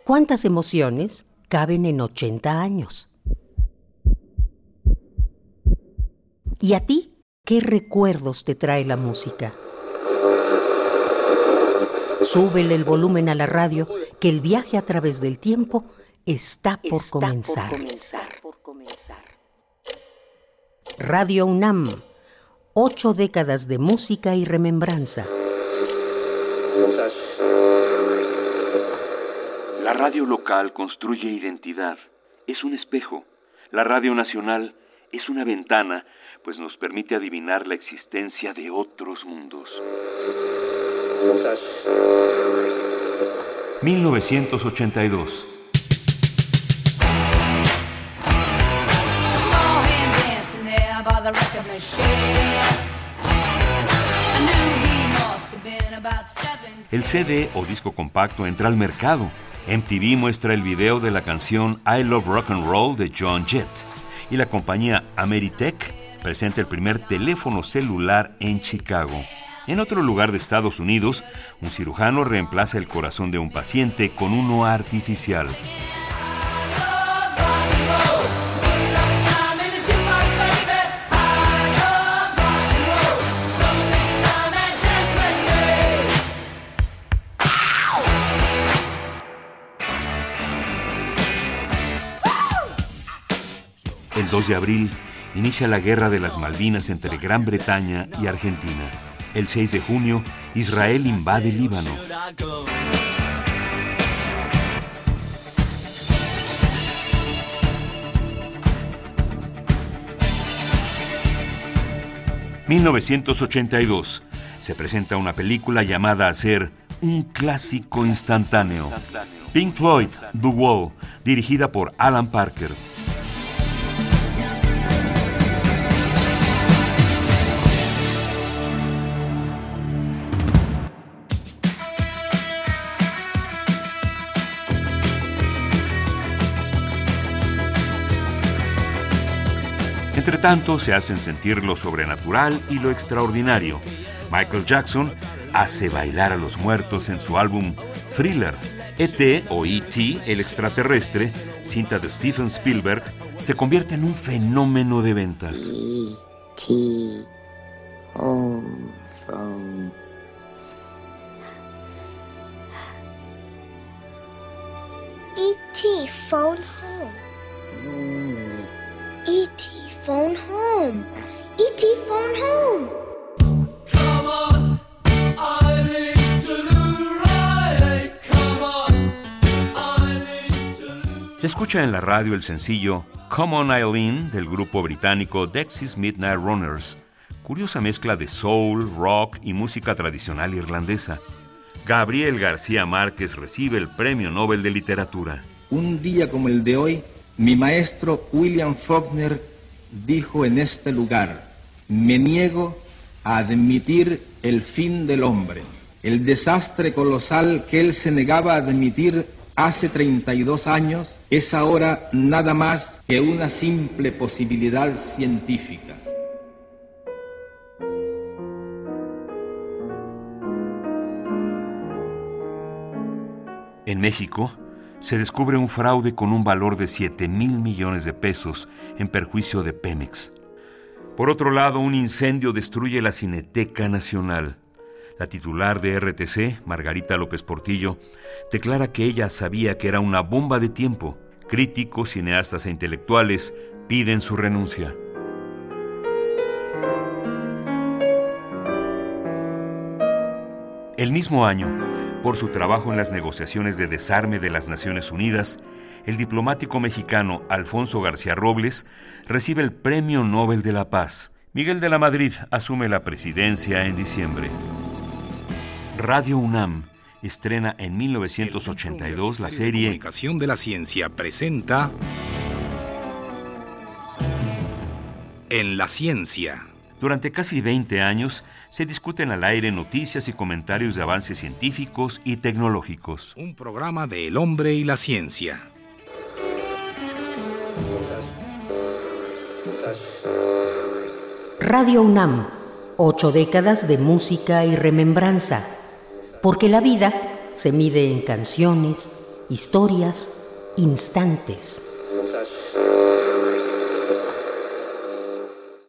¿Cuántas emociones caben en 80 años? ¿Y a ti? ¿Qué recuerdos te trae la música? Súbele el volumen a la radio, que el viaje a través del tiempo está por comenzar. Radio UNAM, 8 décadas de música y remembranza. La radio local construye identidad, es un espejo. La radio nacional es una ventana, pues nos permite adivinar la existencia de otros mundos. 1982. El CD o disco compacto entra al mercado. MTV muestra el video de la canción I Love Rock and Roll de Joan Jett y la compañía Ameritech presenta el primer teléfono celular en Chicago. En otro lugar de Estados Unidos, un cirujano reemplaza el corazón de un paciente con uno artificial. El 2 de abril inicia la Guerra de las Malvinas entre Gran Bretaña y Argentina. El 6 de junio, Israel invade Líbano. ...1982... se presenta una película llamada a ser un clásico instantáneo. Pink Floyd, The Wall, dirigida por Alan Parker. Entre tanto, se hacen sentir lo sobrenatural y lo extraordinario. Michael Jackson hace bailar a los muertos en su álbum Thriller. E.T. o E.T., el extraterrestre, cinta de Steven Spielberg, se convierte en un fenómeno de ventas. E.T. Home Phone. E.T. Phone Home. E.T. Phone Home. E.T. Phone Home. Come on, Eileen Toulouse. Come on, Eileen Toulouse. Se escucha en la radio el sencillo Come On Eileen del grupo británico Dexys Midnight Runners, curiosa mezcla de soul, rock y música tradicional irlandesa. Gabriel García Márquez recibe el Premio Nobel de Literatura. Un día como el de hoy, mi maestro William Faulkner dijo en este lugar: me niego a admitir el fin del hombre. El desastre colosal que él se negaba a admitir hace 32 años es ahora nada más que una simple posibilidad científica. En México, se descubre un fraude con un valor de 7,000 millones de pesos en perjuicio de Pemex. Por otro lado, un incendio destruye la Cineteca Nacional. La titular de RTC, Margarita López Portillo, declara que ella sabía que era una bomba de tiempo. Críticos, cineastas e intelectuales piden su renuncia. El mismo año, por su trabajo en las negociaciones de desarme de las Naciones Unidas, el diplomático mexicano Alfonso García Robles recibe el Premio Nobel de la Paz. Miguel de la Madrid asume la presidencia en diciembre. Radio UNAM estrena en 1982 la serie Comunicación de la Ciencia presenta En la Ciencia. Durante casi 20 años se discuten al aire noticias y comentarios de avances científicos y tecnológicos. Un programa de El Hombre y la Ciencia. Radio UNAM, 8 décadas de música y remembranza. Porque la vida se mide en canciones, historias, instantes.